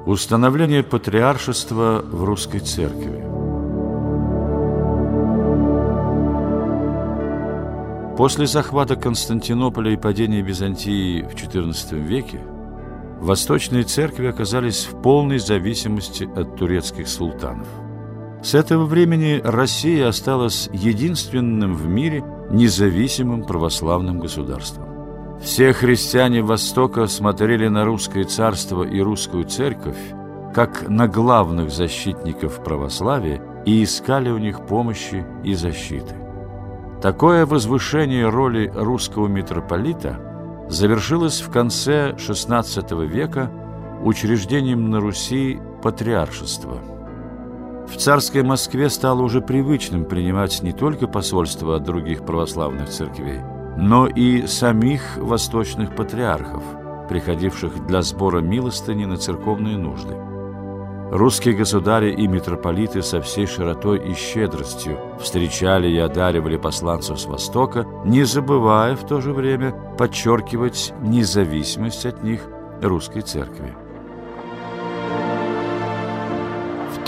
Установление патриаршества в русской церкви. После захвата Константинополя и падения Византии в XIV веке восточные церкви оказались в полной зависимости от турецких султанов. С этого времени Россия осталась единственным в мире независимым православным государством. Все христиане Востока смотрели на русское царство и русскую церковь как на главных защитников православия и искали у них помощи и защиты. Такое возвышение роли русского митрополита завершилось в конце XVI века учреждением на Руси патриаршества. В царской Москве стало уже привычным принимать не только посольства от других православных церквей, но и самих восточных патриархов, приходивших для сбора милостыни на церковные нужды. Русские государи и митрополиты со всей широтой и щедростью встречали и одаривали посланцев с Востока, не забывая в то же время подчеркивать независимость от них русской церкви. В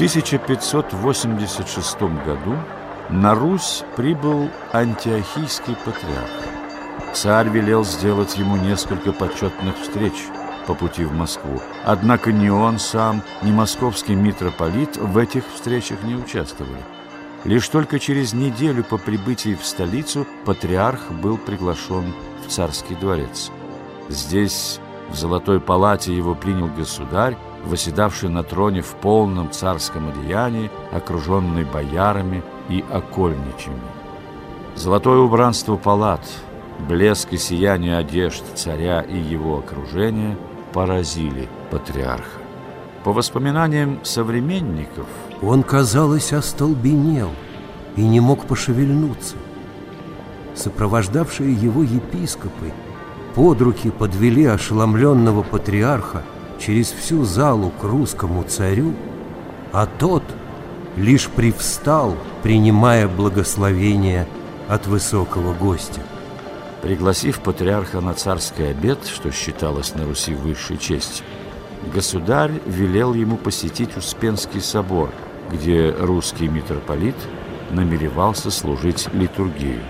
1586 году на Русь прибыл антиохийский патриарх. Царь велел сделать ему несколько почетных встреч по пути в Москву. Однако ни он сам, ни московский митрополит в этих встречах не участвовали. Лишь только через неделю по прибытии в столицу патриарх был приглашен в царский дворец. Здесь, в Золотой палате, его принял государь, восседавший на троне в полном царском одеянии, окруженный боярами и окольничьими. Золотое убранство палат, блеск и сияние одежд царя и его окружения поразили патриарха. По воспоминаниям современников, он, казалось, остолбенел и не мог пошевельнуться. Сопровождавшие его епископы под руки подвели ошеломленного патриарха через всю залу к русскому царю, а тот лишь привстал, принимая благословение от высокого гостя. Пригласив патриарха на царский обед, что считалось на Руси высшей честью, государь велел ему посетить Успенский собор, где русский митрополит намеревался служить литургию.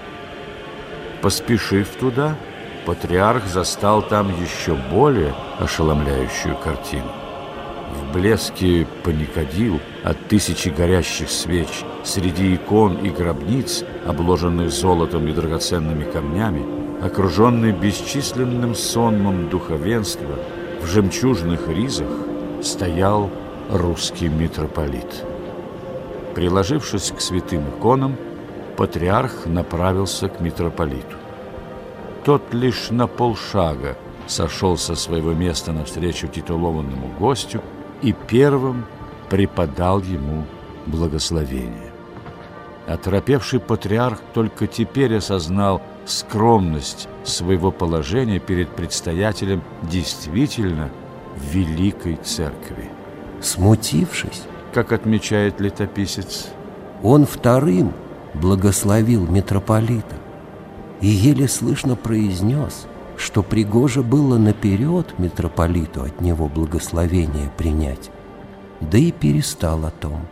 Поспешив туда, патриарх застал там еще более ошеломляющую картину. В блеске паникадил от тысячи горящих свеч, среди икон и гробниц, обложенных золотом и драгоценными камнями, окруженный бесчисленным сонмом духовенства, в жемчужных ризах стоял русский митрополит. Приложившись к святым иконам, патриарх направился к митрополиту. Тот лишь на полшага сошел со своего места навстречу титулованному гостю и первым преподал ему благословение. Оторопевший патриарх только теперь осознал скромность своего положения перед предстоятелем действительно великой церкви. Смутившись, как отмечает летописец, он вторым благословил митрополита и еле слышно произнес, что пригоже было наперед митрополиту от него благословение принять, да и перестал о том.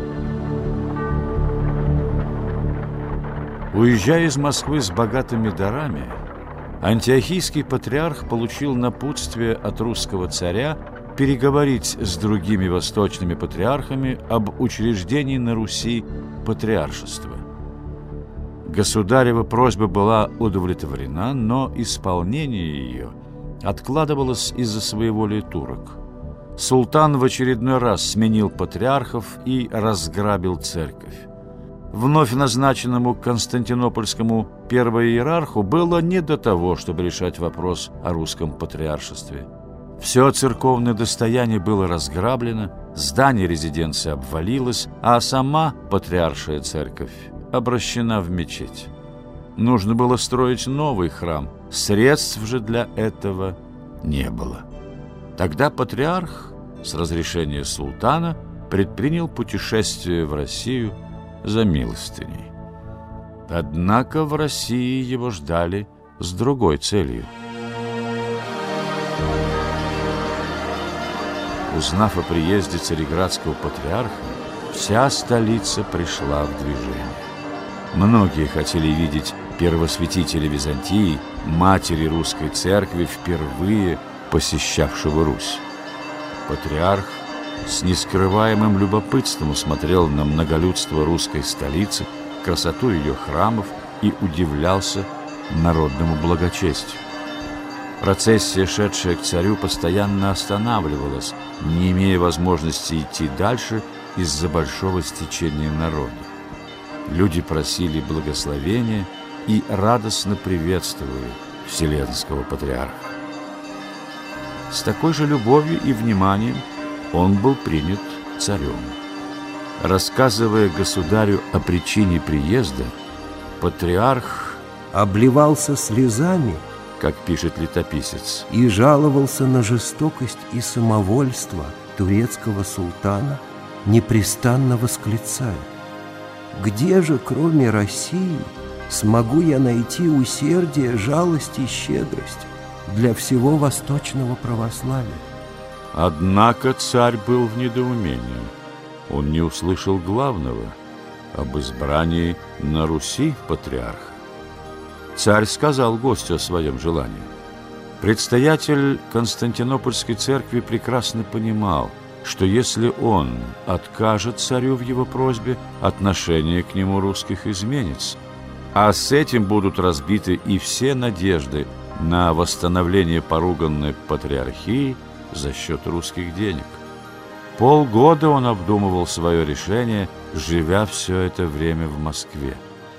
Уезжая из Москвы с богатыми дарами, антиохийский патриарх получил напутствие от русского царя переговорить с другими восточными патриархами об учреждении на Руси патриаршества. Государева просьба была удовлетворена, но исполнение ее откладывалось из-за своеволия турок. Султан в очередной раз сменил патриархов и разграбил церковь. Вновь назначенному константинопольскому первоиерарху было не до того, чтобы решать вопрос о русском патриаршестве. Все церковное достояние было разграблено, здание резиденции обвалилось, а сама патриаршая церковь обращена в мечеть. Нужно было строить новый храм, средств же для этого не было. Тогда патриарх, с разрешения султана, предпринял путешествие в Россию за милостыней. Однако в России его ждали с другой целью. Узнав о приезде цареградского патриарха, вся столица пришла в движение. Многие хотели видеть первосвятителя Византии, матери русской церкви, впервые посещавшего Русь. Патриарх с нескрываемым любопытством смотрел на многолюдство русской столицы, красоту ее храмов и удивлялся народному благочестию. Процессия, шедшая к царю, постоянно останавливалась, не имея возможности идти дальше из-за большого стечения народа. Люди просили благословения и радостно приветствовали Вселенского патриарха. С такой же любовью и вниманием он был принят царем. Рассказывая государю о причине приезда, патриарх обливался слезами, как пишет летописец, и жаловался на жестокость и самовольство турецкого султана, непрестанно восклицая: «Где же, кроме России, смогу я найти усердие, жалость и щедрость для всего восточного православия?» Однако царь был в недоумении. Он не услышал главного — об избрании на Руси патриарха. Царь сказал гостю о своем желании. Предстоятель Константинопольской церкви прекрасно понимал, что если он откажет царю в его просьбе, отношение к нему русских изменится, а с этим будут разбиты и все надежды на восстановление поруганной патриархии за счет русских денег. Полгода он обдумывал свое решение, живя все это время в Москве.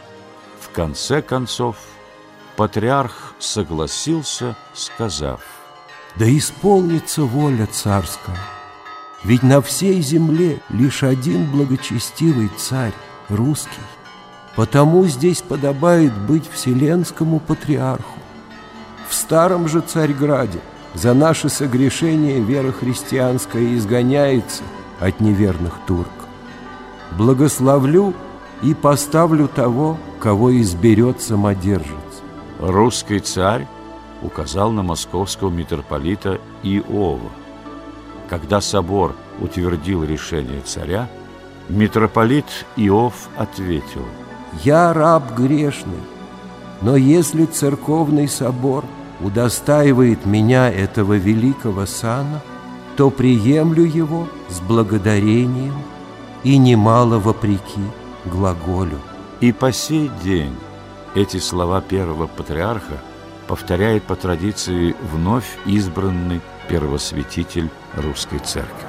В конце концов, патриарх согласился, сказав: «Да исполнится воля царская, ведь на всей земле лишь один благочестивый царь, русский, потому здесь подобает быть Вселенскому патриарху. В старом же Царьграде за наше согрешение вера христианская изгоняется от неверных турок. Благословлю и поставлю того, кого изберет самодержец». Русский царь указал на московского митрополита Иова. Когда собор утвердил решение царя, митрополит Иов ответил: «Я раб грешный, но если церковный собор удостаивает меня этого великого сана, то приемлю его с благодарением и немало вопреки глаголю». И по сей день эти слова первого патриарха повторяет по традиции вновь избранный первосвятитель русской церкви.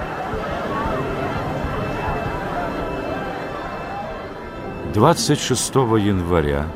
— 26 января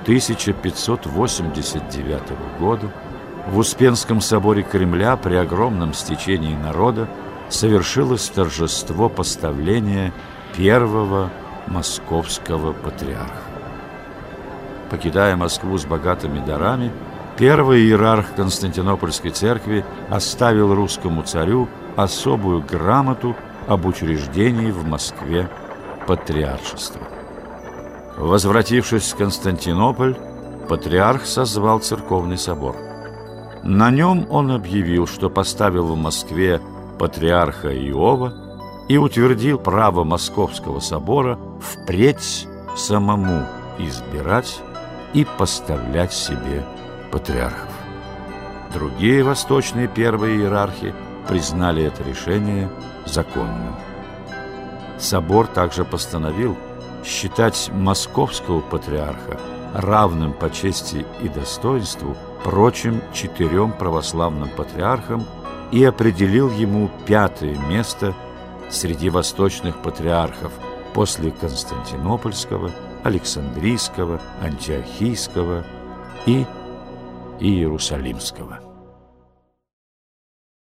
1589 года в Успенском соборе Кремля при огромном стечении народа совершилось торжество поставления первого московского патриарха. Покидая Москву с богатыми дарами, первый иерарх Константинопольской церкви оставил русскому царю особую грамоту об учреждении в Москве патриаршества. Возвратившись в Константинополь, патриарх созвал церковный собор. На нем он объявил, что поставил в Москве патриарха Иова и утвердил право Московского собора впредь самому избирать и поставлять себе патриархов. Другие восточные первые иерархи признали это решение законным. Собор также постановил считать московского патриарха равным по чести и достоинству прочим 4 православным патриархам и определил ему 5-е место среди восточных патриархов после Константинопольского, Александрийского, Антиохийского и Иерусалимского.